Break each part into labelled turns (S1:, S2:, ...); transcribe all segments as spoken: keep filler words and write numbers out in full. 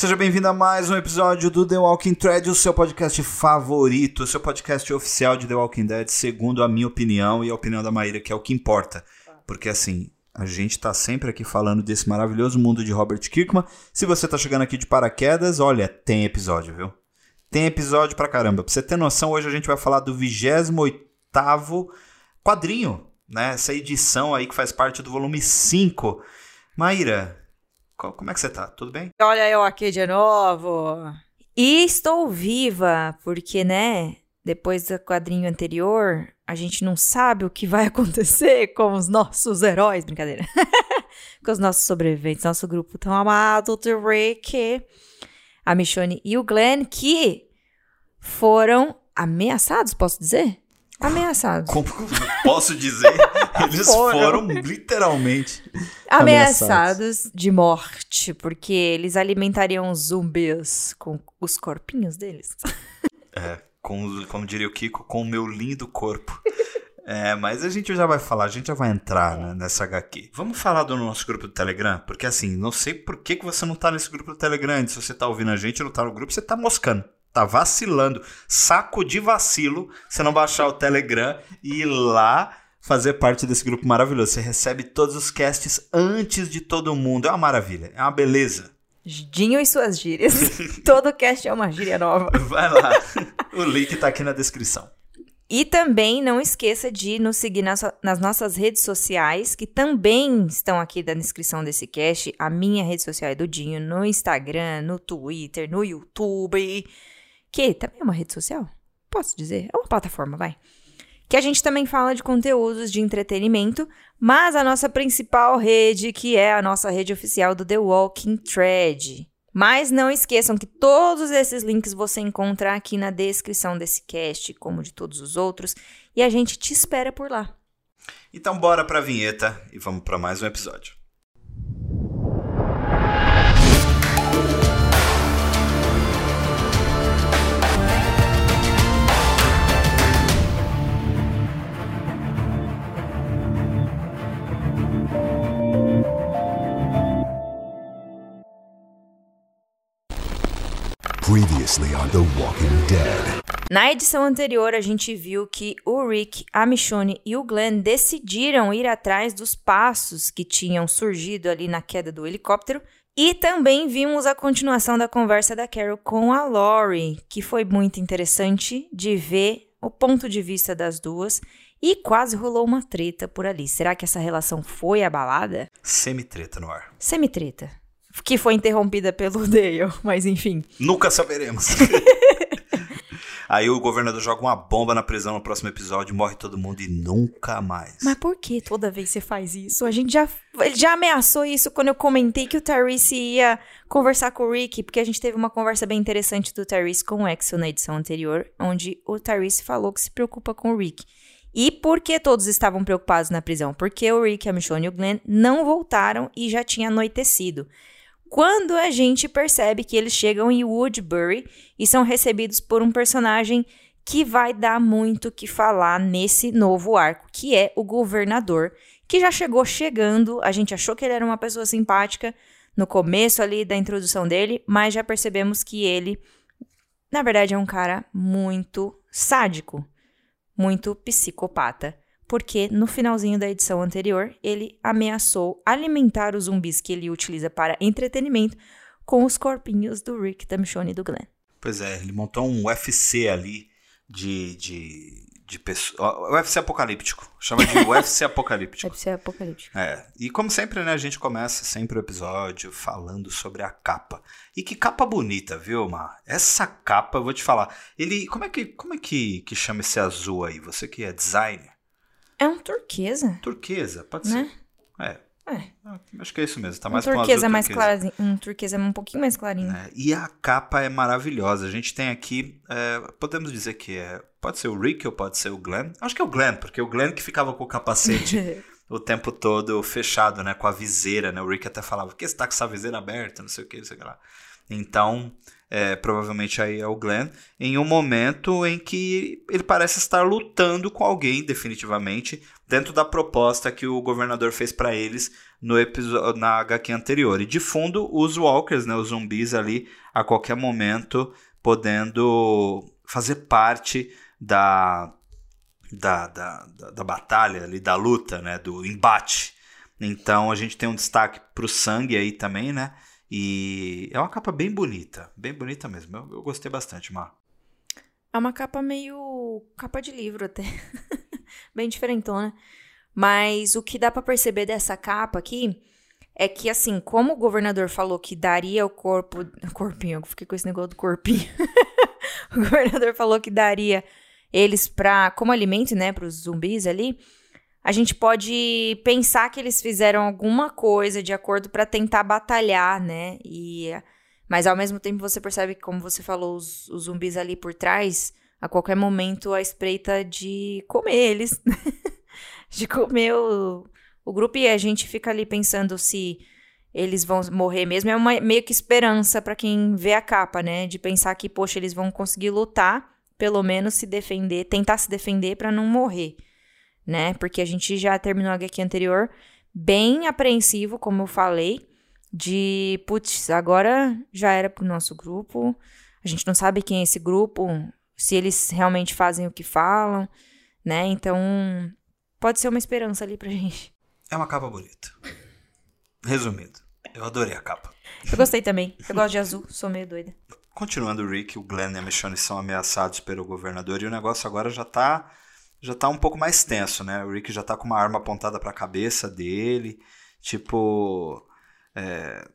S1: Seja bem-vindo a mais um episódio do The Walking Dead, o seu podcast favorito, o seu podcast oficial de The Walking Dead, segundo a minha opinião e a opinião da Maíra, que é o que importa. Porque assim, a gente tá sempre aqui falando desse maravilhoso mundo de Robert Kirkman. Se você tá chegando aqui de paraquedas, olha, tem episódio, viu? Tem episódio pra caramba. Pra você ter noção, hoje a gente vai falar do vigésimo oitavo quadrinho, né? Essa edição aí que faz parte do volume cinco. Maíra, como é que você tá? Tudo bem?
S2: Olha eu aqui de novo. E estou viva, porque, né, depois do quadrinho anterior, a gente não sabe o que vai acontecer com os nossos heróis. Brincadeira. Com os nossos sobreviventes, nosso grupo tão amado, do Rick, a Michonne e o Glenn, que foram ameaçados, posso dizer? Ameaçados.
S1: Como posso dizer? Eles foram, foram literalmente
S2: ameaçados.
S1: ameaçados
S2: de morte, porque eles alimentariam os zumbis com os corpinhos deles.
S1: É, com, como diria o Kiko, com o meu lindo corpo. É, mas a gente já vai falar, a gente já vai entrar, né, nessa agá quê. Vamos falar do nosso grupo do Telegram? Porque assim, não sei por que, que você não tá nesse grupo do Telegram. Se você tá ouvindo a gente e não tá no grupo, você tá moscando. Tá vacilando. Saco de vacilo você não baixar o Telegram e ir lá fazer parte desse grupo maravilhoso. Você recebe todos os casts antes de todo mundo. É uma maravilha, é uma beleza.
S2: Dinho e suas gírias. Todo cast é uma gíria nova.
S1: Vai lá. O link tá aqui na descrição.
S2: E também não esqueça de nos seguir nas, nas nossas redes sociais, que também estão aqui na descrição desse cast. A minha rede social é do Dinho, no Instagram, no Twitter, no YouTube, que também é uma rede social, posso dizer, é uma plataforma, vai. Que a gente também fala de conteúdos de entretenimento, mas a nossa principal rede, que é a nossa rede oficial do The Walking Dead. Mas não esqueçam que todos esses links você encontra aqui na descrição desse cast, como de todos os outros, e a gente te espera por lá.
S1: Então bora pra vinheta e vamos pra mais um episódio.
S3: Previously on The Walking Dead.
S2: Na edição anterior, a gente viu que o Rick, a Michonne e o Glenn decidiram ir atrás dos passos que tinham surgido ali na queda do helicóptero. E também vimos a continuação da conversa da Carol com a Lori, que foi muito interessante de ver o ponto de vista das duas. E quase rolou uma treta por ali. Será que essa relação foi abalada?
S1: Semi-treta no ar.
S2: Semi-treta. Que foi interrompida pelo Dale, mas enfim.
S1: Nunca saberemos. Aí o governador joga uma bomba na prisão no próximo episódio, morre todo mundo e nunca mais.
S2: Mas por que toda vez você faz isso? A gente já, ele já ameaçou isso quando eu comentei que o Tyrese ia conversar com o Rick, porque a gente teve uma conversa bem interessante do Tyrese com o Axel na edição anterior, onde o Tyrese falou que se preocupa com o Rick. E por que todos estavam preocupados na prisão? Porque o Rick, a Michonne e o Glenn não voltaram e já tinha anoitecido. Quando a gente percebe que eles chegam em Woodbury e são recebidos por um personagem que vai dar muito o que falar nesse novo arco, que é o governador, que já chegou chegando. A gente achou que ele era uma pessoa simpática no começo ali da introdução dele, mas já percebemos que ele, na verdade, é um cara muito sádico, muito psicopata. Porque no finalzinho da edição anterior, ele ameaçou alimentar os zumbis que ele utiliza para entretenimento com os corpinhos do Rick, da Michonne e do Glenn.
S1: Pois é, ele montou um U F C ali de, de, de pessoas... U F C apocalíptico. Chama de U F C apocalíptico.
S2: U F C apocalíptico.
S1: É, e como sempre, né, a gente começa sempre o episódio falando sobre a capa. E que capa bonita, viu, Mar? Essa capa, eu vou te falar. Ele, como é que, como é que, que chama esse azul aí? Você que é designer.
S2: É um turquesa.
S1: Turquesa, pode
S2: né?
S1: ser. É.
S2: É.
S1: Acho que é isso mesmo. Tá
S2: Um
S1: mais pra um
S2: turquesa
S1: azul
S2: mais
S1: turquesa.
S2: clarinho. Um turquesa um pouquinho mais clarinho.
S1: É, e a capa é maravilhosa. A gente tem aqui, é, podemos dizer que é, pode ser o Rick ou pode ser o Glenn. Acho que é o Glenn, porque o Glenn que ficava com o capacete o tempo todo fechado, né, com a viseira, né? O Rick até falava, por que você tá com essa viseira aberta, não sei o que, não sei o que lá. Então, é, provavelmente aí é o Glenn, em um momento em que ele parece estar lutando com alguém, definitivamente, dentro da proposta que o governador fez para eles no episódio, na agá quê anterior. E de fundo, os walkers, né, os zumbis ali, a qualquer momento, podendo fazer parte da, da, da, da, da batalha, ali, da luta, né, do embate. Então a gente tem um destaque para o sangue aí também, né? E é uma capa bem bonita, bem bonita mesmo. Eu, eu gostei bastante, Mar.
S2: É uma capa meio capa de livro até, bem diferentona. Mas o que dá pra perceber dessa capa aqui é que, assim, como o governador falou que daria o corpo... Corpinho, eu fiquei com esse negócio do corpinho. O governador falou que daria eles pra, como alimento, né, pros zumbis ali. A gente pode pensar que eles fizeram alguma coisa de acordo para tentar batalhar, né? E, mas ao mesmo tempo você percebe que, como você falou, os, os zumbis ali por trás, a qualquer momento a espreita de comer eles, de comer o, o grupo, e a gente fica ali pensando se eles vão morrer mesmo. É uma meio que esperança para quem vê a capa, né? De pensar que, poxa, eles vão conseguir lutar, pelo menos se defender, tentar se defender para não morrer. Né? Porque a gente já terminou a agá quê anterior bem apreensivo, como eu falei, de, putz, agora já era pro nosso grupo, a gente não sabe quem é esse grupo, se eles realmente fazem o que falam, né? Então, pode ser uma esperança ali pra gente.
S1: É uma capa bonita. Resumindo, eu adorei a capa.
S2: Eu gostei também, eu gosto de azul, sou meio doida.
S1: Continuando, o Rick, o Glenn e a Michonne são ameaçados pelo governador e o negócio agora já tá... já tá um pouco mais tenso, né? O Rick já tá com uma arma apontada pra cabeça dele. Tipo... É...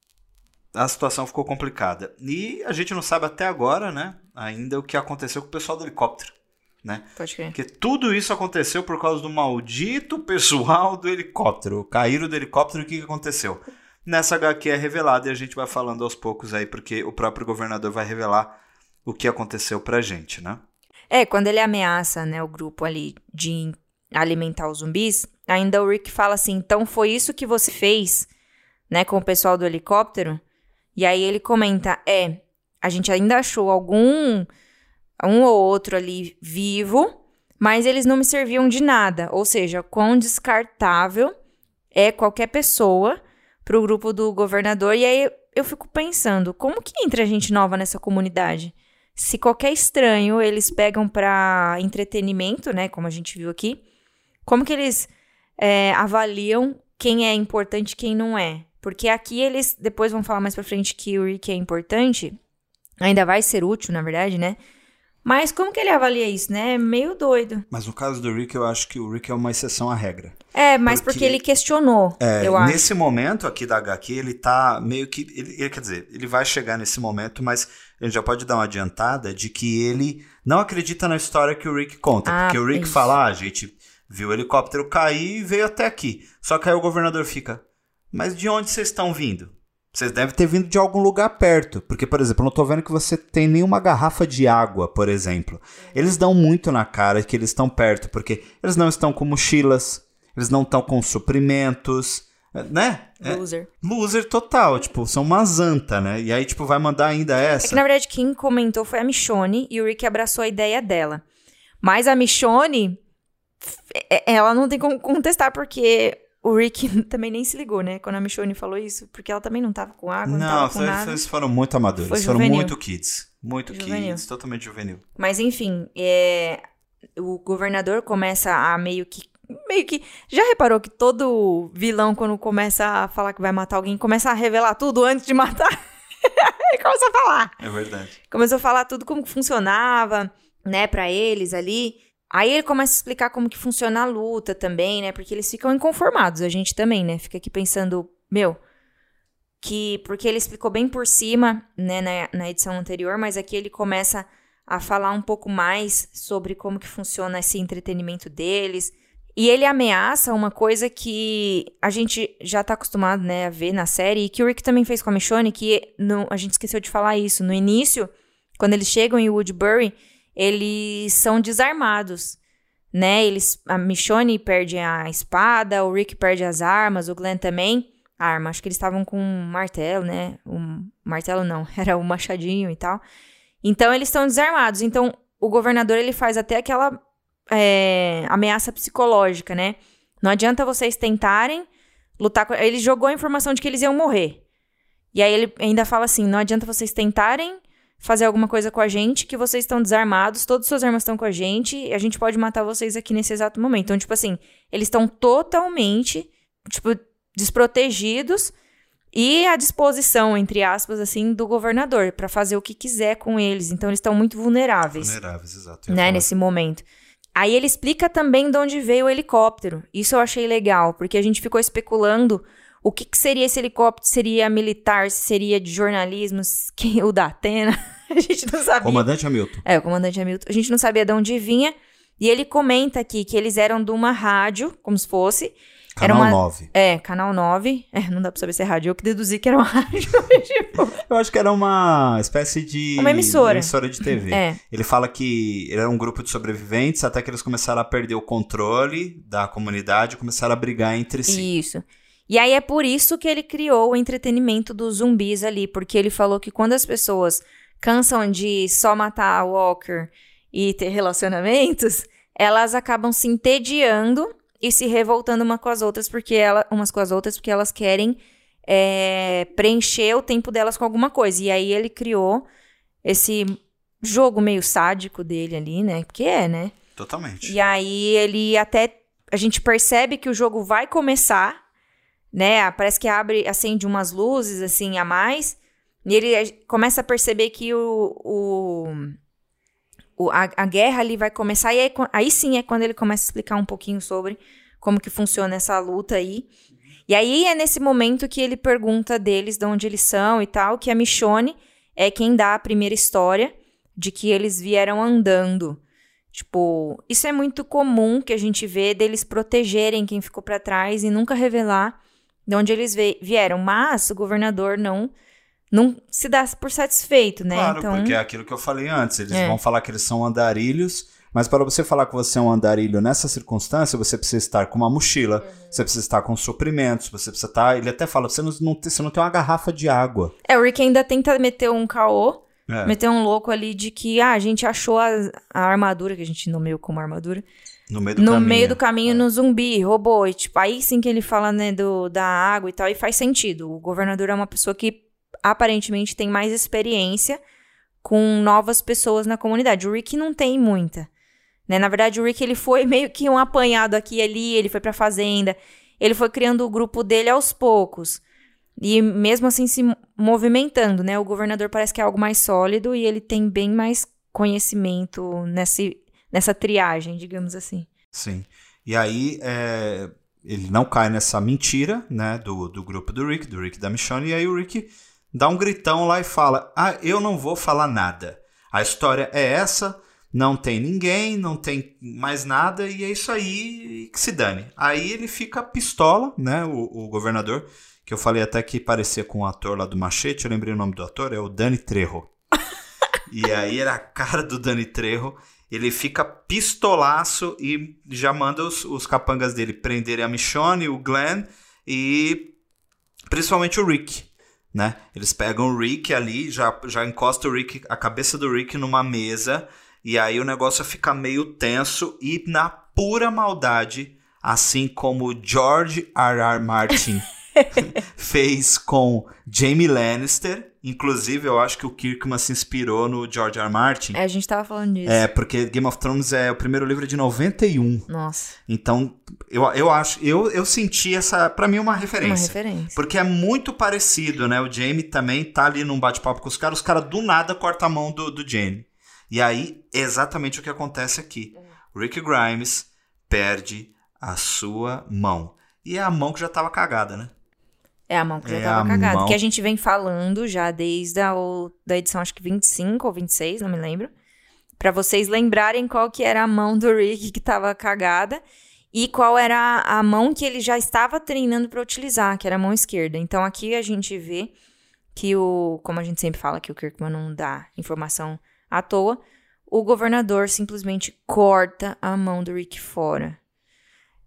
S1: a situação ficou complicada. E a gente não sabe até agora, né? Ainda o que aconteceu com o pessoal do helicóptero, né?
S2: Pode crer.
S1: Porque tudo isso aconteceu por causa do maldito pessoal do helicóptero. Caíram do helicóptero, o que, que aconteceu? Nessa agá quê é revelado e a gente vai falando aos poucos aí, porque o próprio governador vai revelar o que aconteceu pra gente, né?
S2: É, quando ele ameaça, né, o grupo ali de alimentar os zumbis, ainda o Rick fala assim, então foi isso que você fez, né, com o pessoal do helicóptero? E aí ele comenta, é, a gente ainda achou algum, um ou outro ali vivo, mas eles não me serviam de nada. Ou seja, quão descartável é qualquer pessoa pro grupo do governador. E aí eu fico pensando, como que entra gente nova nessa comunidade? Se qualquer estranho eles pegam para entretenimento, né, como a gente viu aqui, como que eles é, avaliam quem é importante e quem não é? Porque aqui eles, depois vão falar mais pra frente que o Rick é importante, ainda vai ser útil, na verdade, né? Mas como que ele avalia isso, né? É meio doido.
S1: Mas no caso do Rick, eu acho que o Rick é uma exceção à regra.
S2: É, mas porque, porque ele questionou,
S1: é,
S2: eu acho.
S1: Nesse momento aqui da agá quê, ele tá meio que... Ele, ele, quer dizer, ele vai chegar nesse momento, mas a gente já pode dar uma adiantada de que ele não acredita na história que o Rick conta.
S2: Ah,
S1: porque o Rick
S2: isso.
S1: fala, ah, a gente viu o helicóptero cair e veio até aqui. Só que aí o governador fica, mas de onde vocês estão vindo? Vocês devem ter vindo de algum lugar perto. Porque, por exemplo, eu não tô vendo que você tem nenhuma garrafa de água, por exemplo. Eles dão muito na cara que eles estão perto, porque eles não estão com mochilas, eles não estão com suprimentos, né?
S2: Loser.
S1: É, loser total, tipo, são uma zanta, né? E aí, tipo, vai mandar ainda essa.
S2: É que, na verdade, quem comentou foi a Michonne e o Rick abraçou a ideia dela. Mas a Michonne, ela não tem como contestar, porque o Rick também nem se ligou, né? Quando a Michonne falou isso, porque ela também não tava com água, não, não tava com
S1: foi,
S2: nada.
S1: Não, eles foram muito amadores,
S2: Foi
S1: foram
S2: juvenil.
S1: muito kids. Muito
S2: Juvenil.
S1: kids, totalmente juvenil.
S2: Mas, enfim, é... o governador começa a meio que... Meio que... Já reparou que todo vilão, quando começa a falar que vai matar alguém, começa a revelar tudo antes de matar? Ele começa a falar.
S1: É verdade.
S2: Começou a falar tudo como que funcionava, né, pra eles ali. Aí ele começa a explicar como que funciona a luta também, né? Porque eles ficam inconformados, a gente também, né? Fica aqui pensando, meu, que... Porque ele explicou bem por cima, né, na, na edição anterior, mas aqui ele começa a falar um pouco mais sobre como que funciona esse entretenimento deles. E ele ameaça uma coisa que a gente já tá acostumado, né, a ver na série, e que o Rick também fez com a Michonne, que no, a gente esqueceu de falar isso. No início, quando eles chegam em Woodbury, eles são desarmados, né? Eles, a Michonne perde a espada, o Rick perde as armas, o Glenn também. arma. Acho que eles estavam com um martelo, né? Um martelo não, era um machadinho e tal. Então, eles estão desarmados. Então, o governador, ele faz até aquela é, ameaça psicológica, né? Não adianta vocês tentarem lutar com... Ele jogou a informação de que eles iam morrer. E aí, ele ainda fala assim, não adianta vocês tentarem fazer alguma coisa com a gente, que vocês estão desarmados, todas as suas armas estão com a gente, e a gente pode matar vocês aqui nesse exato momento. Então, tipo assim, eles estão totalmente, tipo, desprotegidos e à disposição, entre aspas, assim, do governador, pra fazer o que quiser com eles. Então, eles estão muito vulneráveis.
S1: Vulneráveis, exato.
S2: Né, nesse momento. Aí, ele explica também de onde veio o helicóptero. Isso eu achei legal, porque a gente ficou especulando o que, que seria esse helicóptero, seria militar, se seria de jornalismo, que, o da Atena, a gente não sabia.
S1: Comandante Hamilton.
S2: É, o comandante Hamilton. A gente não sabia de onde vinha. E ele comenta aqui que eles eram de uma rádio, como se fosse.
S1: Canal
S2: era uma,
S1: nove.
S2: É, Canal nove. É, não dá pra saber se é rádio. Eu que deduzi que era uma rádio. Tipo...
S1: Eu acho que era uma espécie de...
S2: Uma emissora.
S1: emissora de T V.
S2: É.
S1: Ele fala que era um grupo de sobreviventes, até que eles começaram a perder o controle da comunidade e começaram a brigar entre si.
S2: Isso. E aí é por isso que ele criou o entretenimento dos zumbis ali, porque ele falou que quando as pessoas cansam de só matar a Walker e ter relacionamentos, elas acabam se entediando e se revoltando uma com as outras, porque ela, umas com as outras, porque elas querem é, preencher o tempo delas com alguma coisa. E aí ele criou esse jogo meio sádico dele ali, né? Porque é, né?
S1: Totalmente.
S2: E aí ele até... A gente percebe que o jogo vai começar, né? Parece que abre, acende umas luzes, assim, a mais. E ele começa a perceber que o, o, o, a, a guerra ali vai começar. E aí, aí sim é quando ele começa a explicar um pouquinho sobre como que funciona essa luta aí. E aí é nesse momento que ele pergunta deles de onde eles são e tal, que a Michonne é quem dá a primeira história de que eles vieram andando. Tipo, isso é muito comum que a gente vê deles protegerem quem ficou pra trás e nunca revelar de onde eles vieram, mas o governador não, não se dá por satisfeito, né?
S1: Claro,
S2: então...
S1: porque é aquilo que eu falei antes, eles
S2: é.
S1: vão falar que eles são andarilhos, mas para você falar que você é um andarilho nessa circunstância, você precisa estar com uma mochila, uhum. você precisa estar com suprimentos, você precisa estar... Ele até fala, você não, não, tem, você não tem uma garrafa de água.
S2: É, o Rick ainda tenta meter um caô,
S1: é.
S2: meter um louco ali de que, ah, a gente achou a, a armadura, que a gente nomeou como armadura,
S1: No meio do
S2: no
S1: caminho.
S2: meio do caminho,
S1: é.
S2: no zumbi, robô. E, tipo, aí sim que ele fala, né, do, da água e tal, e faz sentido. O governador é uma pessoa que aparentemente tem mais experiência com novas pessoas na comunidade. O Rick não tem muita, né? Na verdade, o Rick, ele foi meio que um apanhado aqui e ali, ele foi pra fazenda, ele foi criando o grupo dele aos poucos. E mesmo assim se movimentando, né? O governador parece que é algo mais sólido e ele tem bem mais conhecimento nesse... nessa triagem, digamos assim.
S1: Sim. E aí, é, ele não cai nessa mentira, né, do, do grupo do Rick, do Rick e da Michonne, e aí o Rick dá um gritão lá e fala, ah, eu não vou falar nada. A história é essa, não tem ninguém, não tem mais nada, e é isso aí que se dane. Aí ele fica pistola, né, o, o governador, que eu falei até que parecia com o ator lá do Machete, eu lembrei o nome do ator, é o Danny Trejo. E aí era a cara do Danny Trejo. Ele fica pistolaço e já manda os, os capangas dele prenderem a Michonne, o Glenn e principalmente o Rick, né? Eles pegam o Rick ali, já, já encosta o Rick, a cabeça do Rick numa mesa e aí o negócio fica meio tenso e na pura maldade, assim como George R R. Martin fez com Jaime Lannister. Inclusive, eu acho que o Kirkman se inspirou no George R. R. Martin.
S2: É, a gente tava falando disso.
S1: É, porque Game of Thrones é o primeiro livro de noventa e um.
S2: Nossa.
S1: Então, eu, eu acho... Eu, eu senti essa... Pra mim, uma referência.
S2: Uma referência.
S1: Porque é muito parecido, né? O Jaime também tá ali num bate-papo com os caras. Os caras do nada cortam a mão do, do Jaime. E aí, é exatamente o que acontece aqui. Rick Grimes perde a sua mão. E é a mão que já tava cagada, né?
S2: É a mão que já
S1: é
S2: tava cagada.
S1: mão...
S2: Que a gente vem falando já desde a o, da edição, acho que vinte e cinco ou vinte e seis, não me lembro. Pra vocês lembrarem qual que era a mão do Rick que tava cagada. E qual era a, a mão que ele já estava treinando pra utilizar, que era a mão esquerda. Então aqui a gente vê que o... Como a gente sempre fala que o Kirkman não dá informação à toa. O governador simplesmente corta a mão do Rick fora.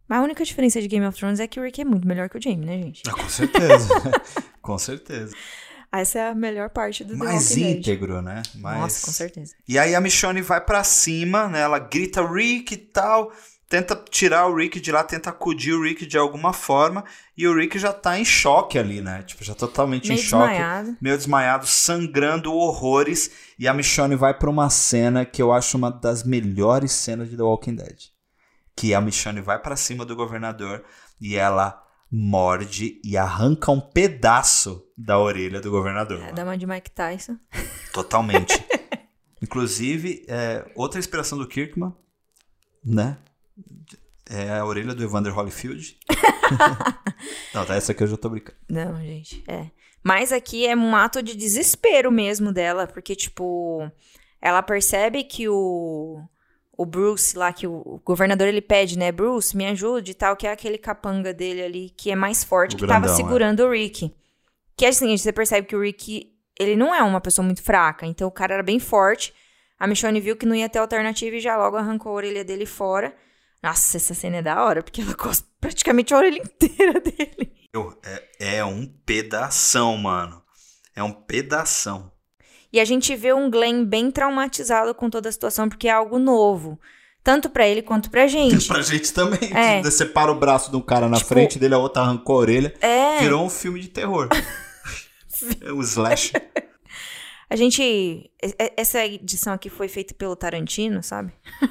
S2: Mas a única diferença de Game of Thrones é que o Rick é muito melhor que o Jaime, né, gente?
S1: Ah, com certeza. Com certeza.
S2: Essa é a melhor parte do The
S1: Mais
S2: Walking Dead.
S1: íntegro, né? Mais...
S2: Nossa, com certeza.
S1: E aí a Michonne vai pra cima, né? Ela grita Rick e tal, tenta tirar o Rick de lá, tenta acudir o Rick de alguma forma, e o Rick já tá em choque ali, né? Tipo, já totalmente
S2: Meio
S1: em choque.
S2: desmaiado.
S1: Meio desmaiado, sangrando horrores, e a Michonne vai pra uma cena que eu acho uma das melhores cenas de The Walking Dead. Que a Michonne vai pra cima do governador e ela morde e arranca um pedaço da orelha do governador.
S2: É, dá uma de Mike Tyson.
S1: Totalmente. Inclusive, é, outra inspiração do Kirkman, né? É a orelha do Evander Holyfield. Não, tá, essa aqui eu já tô brincando.
S2: Não, gente, é. Mas aqui é um ato de desespero mesmo dela, porque, tipo, ela percebe que o... O Bruce lá, que o, o governador, ele pede, né? Bruce, me ajude e tal, que é aquele capanga dele ali, que é mais forte,
S1: O
S2: que
S1: grandão,
S2: tava segurando é. o Rick. Que é o seguinte, você percebe que o Rick, ele não é uma pessoa muito fraca, então o cara era bem forte. A Michonne viu que não ia ter alternativa e já logo arrancou a orelha dele fora. Nossa, essa cena é da hora, porque ela cospe praticamente a orelha inteira dele.
S1: Eu, é, é um pedação, mano. É um pedação.
S2: E a gente vê um Glenn bem traumatizado com toda a situação, porque é algo novo. Tanto pra ele quanto pra gente.
S1: Pra gente também.
S2: É.
S1: Você separa o braço de um cara na
S2: Tipo,
S1: frente dele, a outra arrancou a orelha.
S2: É.
S1: Virou um filme de terror. O slash.
S2: A gente... Essa edição aqui foi feita pelo Tarantino, sabe?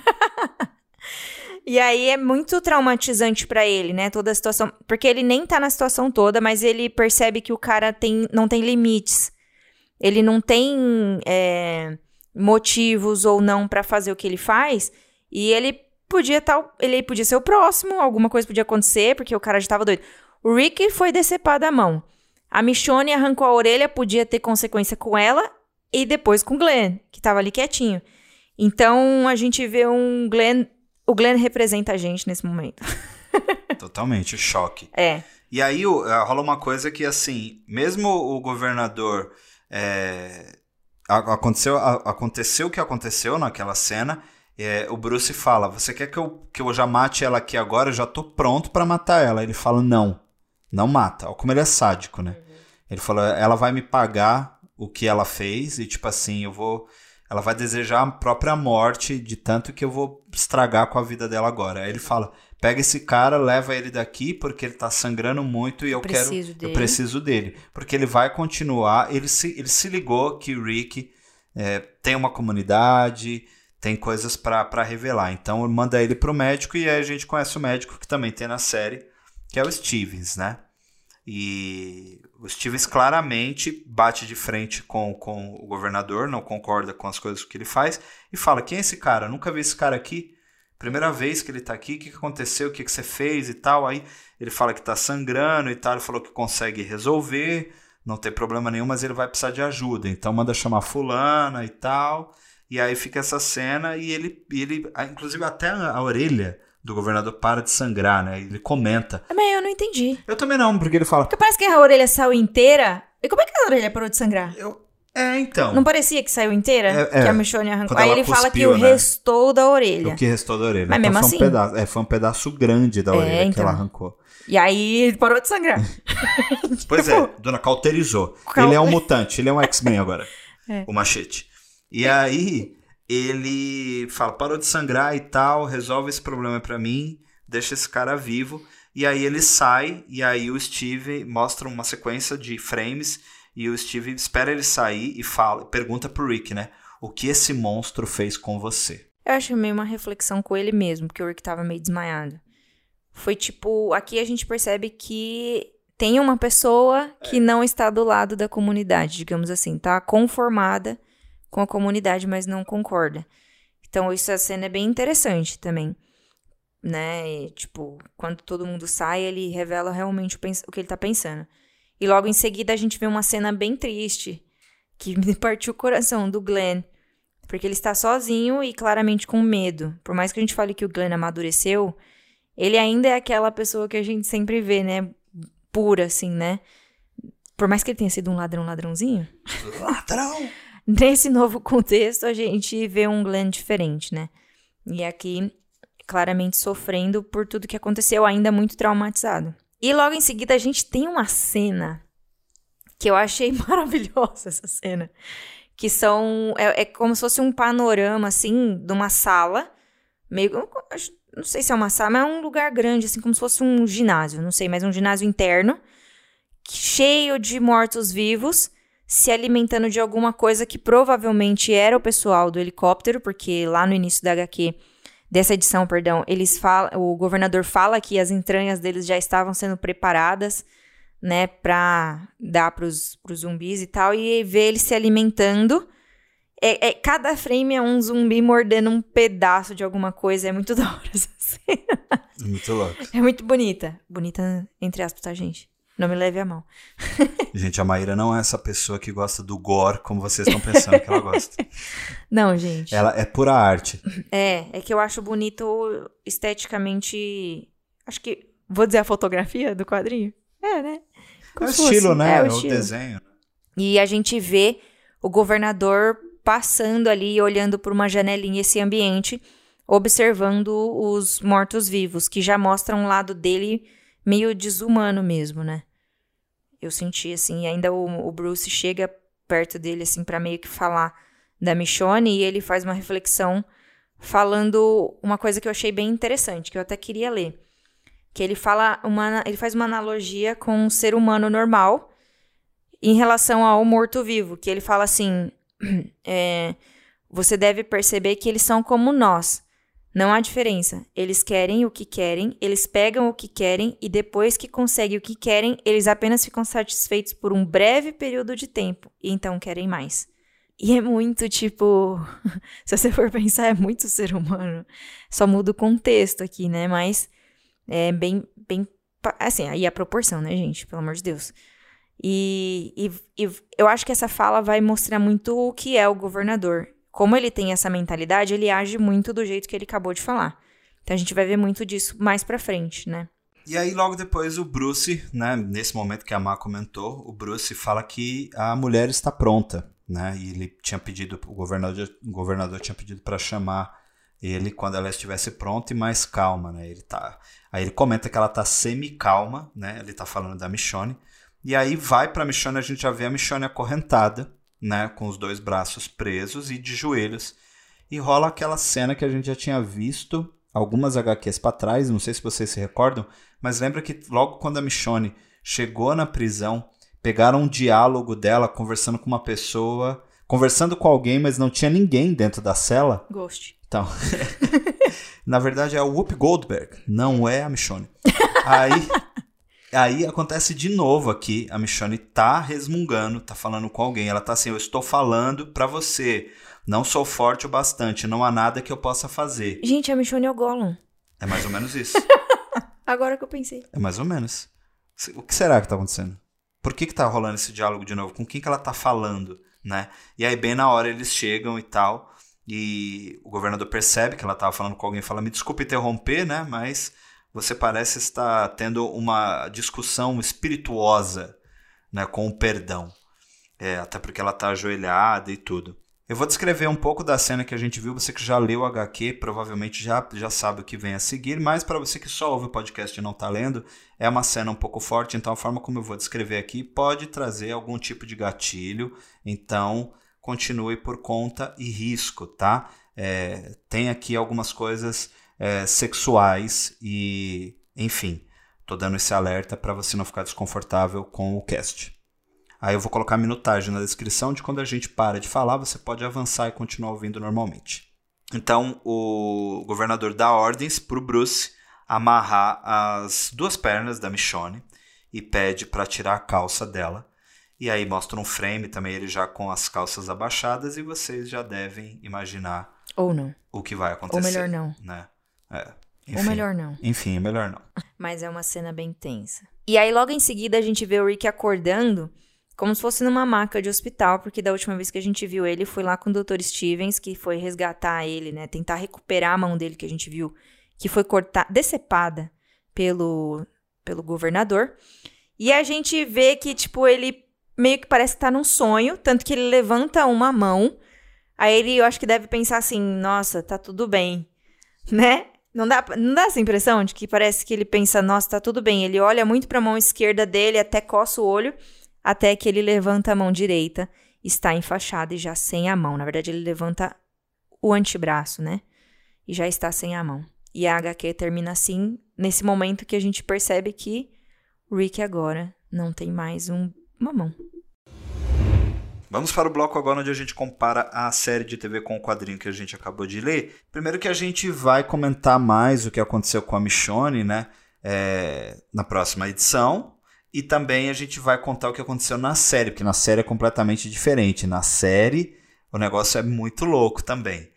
S2: E aí é muito traumatizante pra ele, né? Toda a situação. Porque ele nem tá na situação toda, mas ele percebe que o cara tem, não tem limites. Ele não tem é, motivos ou não pra fazer o que ele faz. E ele podia tal, ele podia ser o próximo, alguma coisa podia acontecer, porque o cara já tava doido. O Rick foi decepado a mão. A Michonne arrancou a orelha, podia ter consequência com ela e depois com o Glenn, que tava ali quietinho. Então a gente vê um Glenn... O Glenn representa a gente nesse momento.
S1: Totalmente, choque.
S2: É.
S1: E aí uh, rola uma coisa que, assim, mesmo o governador... É, aconteceu, a, aconteceu o que aconteceu naquela cena, é, o Bruce fala, você quer que eu, que eu já mate ela aqui agora? Eu já tô pronto pra matar ela. Ele fala, não, não mata. Olha como ele é sádico, né? Uhum. Ele falou, ela vai me pagar o que ela fez e, tipo assim, eu vou... Ela vai desejar a própria morte de tanto que eu vou estragar com a vida dela agora. Aí ele fala, pega esse cara, leva ele daqui porque ele tá sangrando muito e eu, eu quero... Dele. Eu preciso dele. Porque ele vai continuar... Ele se, ele se ligou que o Rick é, tem uma comunidade, tem coisas pra, pra revelar. Então manda ele pro médico e aí a gente conhece o médico que também tem na série, que é o Stevens, né? E o Stevens claramente bate de frente com, com o governador, não concorda com as coisas que ele faz e fala, quem é esse cara? Eu nunca vi esse cara aqui. Primeira vez que ele tá aqui, o que aconteceu? O que, que você fez e tal? Aí ele fala que tá sangrando e tal, ele falou que consegue resolver, não tem problema nenhum, mas ele vai precisar de ajuda. Então manda chamar fulana e tal. E aí fica essa cena e ele, ele inclusive até a, a orelha do governador para de sangrar, né? Ele comenta.
S2: Mas eu não entendi.
S1: Eu também não, porque ele fala...
S2: Porque parece que a orelha saiu inteira. E como é que a orelha parou de sangrar?
S1: Eu... É, então.
S2: Não parecia que saiu inteira?
S1: É,
S2: que
S1: é.
S2: a Michonne arrancou.
S1: Quando
S2: Aí
S1: ela
S2: ele fala
S1: cuspiu,
S2: que o
S1: né?
S2: restou da orelha.
S1: O que restou da orelha.
S2: Mas
S1: então
S2: mesmo
S1: foi
S2: assim...
S1: Um pedaço, é, foi um pedaço grande da
S2: É,
S1: orelha
S2: então.
S1: que ela arrancou.
S2: E aí ele parou de sangrar.
S1: Pois é, dona cauterizou.
S2: Cal...
S1: Ele é um mutante, ele é um X-Men agora.
S2: É.
S1: O Machete. E aí ele fala, parou de sangrar e tal, resolve esse problema pra mim, deixa esse cara vivo. E aí ele sai, e aí o Steve mostra uma sequência de frames, e o Steve espera ele sair e fala, pergunta pro Rick, né? O que esse monstro fez com você?
S2: Eu acho meio uma reflexão com ele mesmo, porque o Rick tava meio desmaiado. Foi tipo, aqui a gente percebe que tem uma pessoa que não está do lado da comunidade, digamos assim, tá conformada com a comunidade, mas não concorda. Então, isso, a cena é bem interessante também, né? E, tipo, quando todo mundo sai, ele revela realmente o, pens- o que ele tá pensando. E logo em seguida a gente vê uma cena bem triste, que me partiu o coração, do Glenn. Porque ele está sozinho e claramente com medo. Por mais que a gente fale que o Glenn amadureceu, ele ainda é aquela pessoa que a gente sempre vê, né? Pura, assim, né? Por mais que ele tenha sido um ladrão, ladrãozinho.
S1: Ladrão!
S2: Nesse novo contexto, a gente vê um Glenn diferente, né? E aqui, claramente sofrendo por tudo que aconteceu, ainda muito traumatizado. E logo em seguida a gente tem uma cena que eu achei maravilhosa, essa cena. Que são... É, é como se fosse um panorama, assim, de uma sala. Meio... Não sei se é uma sala, mas é um lugar grande, assim, como se fosse um ginásio. Não sei, mas um ginásio interno. Cheio de mortos-vivos, se alimentando de alguma coisa que provavelmente era o pessoal do helicóptero, porque lá no início da H Q, dessa edição, perdão, eles falam, o governador fala que as entranhas deles já estavam sendo preparadas, né, pra dar pros, pros zumbis e tal, e ver eles se alimentando. É, é, cada frame é um zumbi mordendo um pedaço de alguma coisa, é muito da hora essa cena.
S1: Muito louco.
S2: É muito bonita. Bonita, entre aspas, tá, gente? Não me leve a mão.
S1: Gente, a Maíra não é essa pessoa que gosta do gore como vocês estão pensando que ela gosta.
S2: Não, gente.
S1: Ela é pura arte.
S2: É, é que eu acho bonito esteticamente... Acho que... Vou dizer a fotografia do quadrinho? É, né? Como
S1: é o
S2: se fosse.
S1: estilo, né?
S2: É o,
S1: é
S2: estilo.
S1: o desenho.
S2: E a gente vê o governador passando ali, olhando por uma janelinha esse ambiente, observando os mortos-vivos, que já mostram um lado dele meio desumano mesmo, né? Eu senti, assim, e ainda o, o Bruce chega perto dele, assim, pra meio que falar da Michonne, e ele faz uma reflexão falando uma coisa que eu achei bem interessante, que eu até queria ler. Que ele fala uma, ele faz uma analogia com um ser humano normal em relação ao morto-vivo, que ele fala assim, é, você deve perceber que eles são como nós. Não há diferença. Eles querem o que querem, eles pegam o que querem e depois que conseguem o que querem, eles apenas ficam satisfeitos por um breve período de tempo e então querem mais. E é muito, tipo... se você for pensar, é muito ser humano. Só muda o contexto aqui, né? Mas é bem... bem assim, aí a proporção, né, gente? Pelo amor de Deus. E, e, e eu acho que essa fala vai mostrar muito o que é o governador. Como ele tem essa mentalidade, ele age muito do jeito que ele acabou de falar. Então a gente vai ver muito disso mais pra frente, né?
S1: E aí logo depois o Bruce, né, nesse momento que a Má comentou, o Bruce fala que a mulher está pronta, né? E ele tinha pedido, o governador, o governador tinha pedido para chamar ele quando ela estivesse pronta e mais calma, né? Ele tá, aí ele comenta que ela tá semi-calma, né? Ele tá falando da Michonne. E aí vai pra Michonne, a gente já vê a Michonne acorrentada, né, com os dois braços presos e de joelhos, e rola aquela cena que a gente já tinha visto algumas H Qs para trás, não sei se vocês se recordam, mas lembra que logo quando a Michonne chegou na prisão, pegaram um diálogo dela conversando com uma pessoa, conversando com alguém, mas não tinha ninguém dentro da cela?
S2: Ghost.
S1: Então, na verdade é o Whoopi Goldberg, não é a Michonne. Aí... Aí acontece de novo aqui, a Michonne tá resmungando, tá falando com alguém, ela tá assim, eu estou falando pra você, não sou forte o bastante, não há nada que eu possa fazer.
S2: Gente, a Michonne é o Gollum.
S1: É mais ou menos isso.
S2: Agora que eu pensei.
S1: É mais ou menos. O que será que tá acontecendo? Por que que tá rolando esse diálogo de novo? Com quem que ela tá falando, né? E aí bem na hora eles chegam e tal, e o governador percebe que ela tava falando com alguém e fala, me desculpe interromper, né, mas... você parece estar tendo uma discussão espirituosa, né, com o perdão. É, até porque ela está ajoelhada e tudo. Eu vou descrever um pouco da cena que a gente viu. Você que já leu o H Q provavelmente já, já sabe o que vem a seguir. Mas para você que só ouve o podcast e não está lendo, é uma cena um pouco forte. Então a forma como eu vou descrever aqui pode trazer algum tipo de gatilho. Então continue por conta e risco, tá? É, tem aqui algumas coisas... É, sexuais e, enfim, tô dando esse alerta para você não ficar desconfortável com o cast. Aí eu vou colocar a minutagem na descrição de quando a gente para de falar, você pode avançar e continuar ouvindo normalmente. Então, o governador dá ordens pro Bruce amarrar as duas pernas da Michonne e pede para tirar a calça dela. E aí mostra um frame também, ele já com as calças abaixadas, e vocês já devem imaginar
S2: Ou não.
S1: o que vai acontecer.
S2: Ou melhor não.
S1: Né? É, enfim,
S2: Ou melhor não.
S1: Enfim, melhor não.
S2: Mas é uma cena bem tensa. E aí logo em seguida a gente vê o Rick acordando como se fosse numa maca de hospital, porque da última vez que a gente viu ele foi lá com o doutor Stevens, que foi resgatar ele, né? Tentar recuperar a mão dele que a gente viu, que foi cortada, decepada pelo, pelo governador. E a gente vê que, tipo, ele meio que parece que tá num sonho, tanto que ele levanta uma mão, aí ele, eu acho que deve pensar assim, nossa, tá tudo bem, né? Não dá, não dá essa impressão de que parece que ele pensa, nossa, tá tudo bem. Ele olha muito pra mão esquerda dele, até coça o olho, até que ele levanta a mão direita, está enfaixado e já sem a mão. Na verdade, ele levanta o antebraço, né? E já está sem a mão. E a H Q termina assim, nesse momento que a gente percebe que o Rick agora não tem mais um, uma mão.
S1: Vamos para o bloco agora onde a gente compara a série de T V com o quadrinho que a gente acabou de ler. Primeiro que a gente vai comentar mais o que aconteceu com a Michonne, né? É, na próxima edição. E também a gente vai contar o que aconteceu na série, porque na série é completamente diferente. Na série o negócio é muito louco também.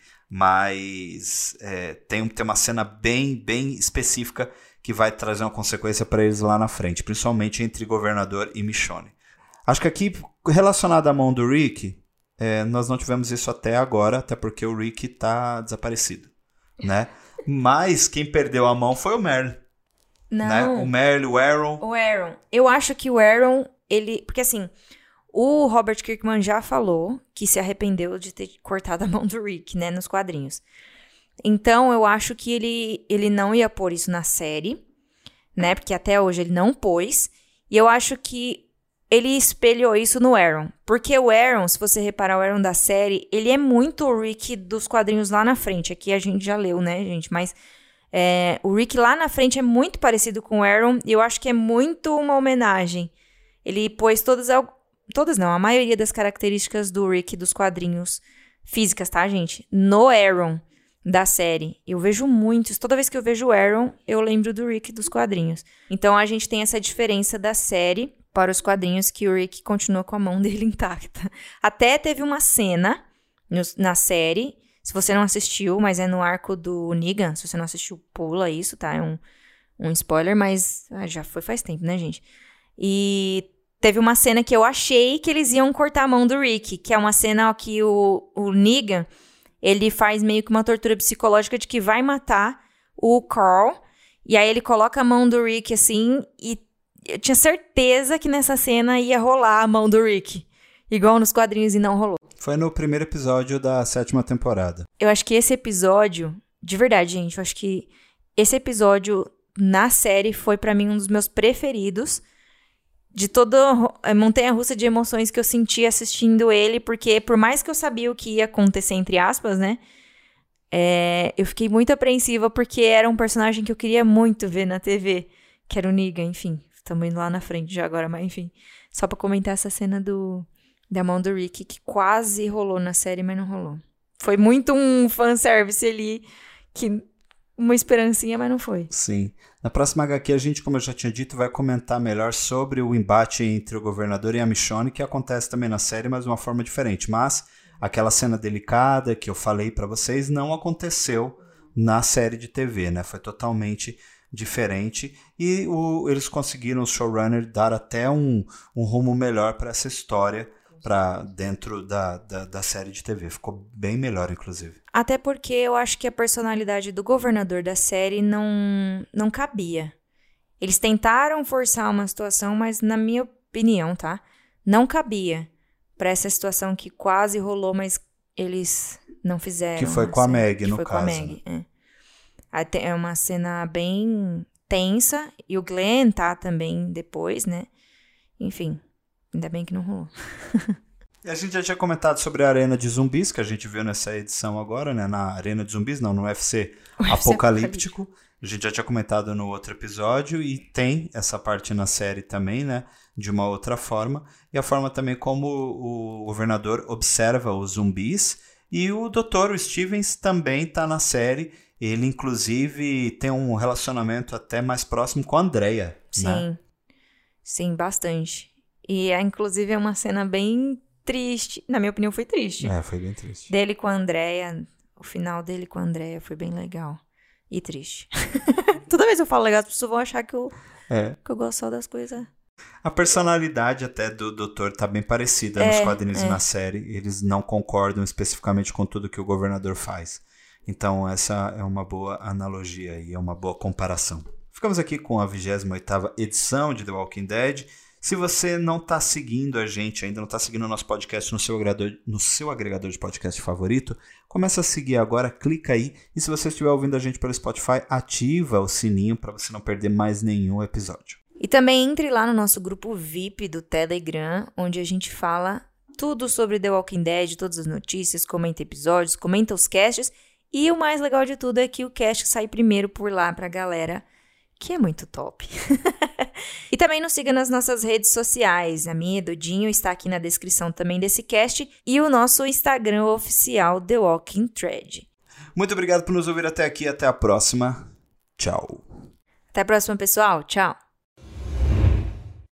S1: Mas é, tem, tem uma cena bem, bem específica que vai trazer uma consequência para eles lá na frente. Principalmente entre Governador e Michonne. Acho que aqui, relacionado à mão do Rick, é, nós não tivemos isso até agora, até porque o Rick tá desaparecido, né? Mas quem perdeu a mão foi o Merle.
S2: Não.
S1: Né? O Merle, o Aaron.
S2: O Aaron. Eu acho que o Aaron, ele... Porque assim, o Robert Kirkman já falou que se arrependeu de ter cortado a mão do Rick, né? Nos quadrinhos. Então, eu acho que ele, ele não ia pôr isso na série, né? Porque até hoje ele não pôs. E eu acho que ele espelhou isso no Aaron. Porque o Aaron, se você reparar o Aaron da série, ele é muito o Rick dos quadrinhos lá na frente. Aqui a gente já leu, né, gente? Mas é, o Rick lá na frente é muito parecido com o Aaron. E eu acho que é muito uma homenagem. Ele pôs todas... Todas não, a maioria das características do Rick dos quadrinhos físicas, tá, gente? No Aaron da série. Eu vejo muitos. Toda vez que eu vejo o Aaron, eu lembro do Rick dos quadrinhos. Então a gente tem essa diferença da série para os quadrinhos, que o Rick continua com a mão dele intacta. Até teve uma cena no, na série, se você não assistiu, mas é no arco do Negan, se você não assistiu, pula isso, tá? É um, um spoiler, mas ah, já foi faz tempo, né, gente? E teve uma cena que eu achei que eles iam cortar a mão do Rick, que é uma cena que o, o Negan, ele faz meio que uma tortura psicológica de que vai matar o Carl, e aí ele coloca a mão do Rick assim, e eu tinha certeza que nessa cena ia rolar a mão do Rick. Igual nos quadrinhos, e não rolou.
S1: Foi no primeiro episódio da sétima temporada.
S2: Eu acho que esse episódio... De verdade, gente. Eu acho que esse episódio na série foi pra mim um dos meus preferidos. De toda a montanha-russa de emoções que eu senti assistindo ele. Porque por mais que eu sabia o que ia acontecer, entre aspas, né? É, eu fiquei muito apreensiva porque era um personagem que eu queria muito ver na T V. Que era o Negan, enfim. Estamos indo lá na frente já agora, mas enfim. Só pra comentar essa cena do, da mão do Rick, que quase rolou na série, mas não rolou. Foi muito um fanservice ali, que uma esperancinha, mas não foi.
S1: Sim. Na próxima H Q, a gente, como eu já tinha dito, vai comentar melhor sobre o embate entre o Governador e a Michonne, que acontece também na série, mas de uma forma diferente. Mas aquela cena delicada que eu falei pra vocês não aconteceu na série de T V, né? Foi totalmente diferente, e o, eles conseguiram, os showrunners, dar até um, um rumo melhor para essa história para dentro da, da, da série de T V. Ficou bem melhor, inclusive.
S2: Até porque eu acho que a personalidade do governador da série não, não cabia. Eles tentaram forçar uma situação, mas na minha opinião, tá? Não cabia para essa situação que quase rolou, mas eles não fizeram.
S1: Que foi com a Meg, no
S2: foi
S1: caso.
S2: Com a Meg, é. É uma cena bem tensa. E o Glenn tá também depois, né? Enfim, ainda bem que não rolou.
S1: E a gente já tinha comentado sobre a Arena de Zumbis, que a gente viu nessa edição agora, né? Na Arena de Zumbis, não, no U F C Apocalíptico. A gente já tinha comentado no outro episódio. E tem essa parte na série também, né? De uma outra forma. E a forma também como o governador observa os zumbis. E o doutor Stevens também tá na série. Ele, inclusive, tem um relacionamento até mais próximo com a Andrea.
S2: Sim,
S1: né?
S2: Sim, bastante. E, é, inclusive, é uma cena bem triste. Na minha opinião, foi triste.
S1: É, foi bem triste.
S2: Dele com a Andrea, o final dele com a Andrea foi bem legal. E triste. Toda vez que eu falo legal, as pessoas vão achar que eu,
S1: é.
S2: que eu gosto só das coisas.
S1: A personalidade até do doutor tá bem parecida
S2: é,
S1: nos quadrinhos
S2: é.
S1: e na série. Eles não concordam especificamente com tudo que o governador faz. Então essa é uma boa analogia e é uma boa comparação. Ficamos aqui com a vigésima oitava edição de The Walking Dead. Se você não está seguindo a gente ainda, não está seguindo o nosso podcast no seu, agregador, no seu agregador de podcast favorito, começa a seguir agora, clica aí. E se você estiver ouvindo a gente pelo Spotify, ativa o sininho para você não perder mais nenhum episódio.
S2: E também entre lá no nosso grupo V I P do Telegram, onde a gente fala tudo sobre The Walking Dead, todas as notícias, comenta episódios, comenta os casts. E o mais legal de tudo é que o cast sai primeiro por lá pra galera, que é muito top. E também nos siga nas nossas redes sociais. A minha, Dudinho, está aqui na descrição também desse cast. E o nosso Instagram oficial, The Walking Thread.
S1: Muito obrigado por nos ouvir até aqui. Até a próxima. Tchau.
S2: Até a próxima, pessoal. Tchau.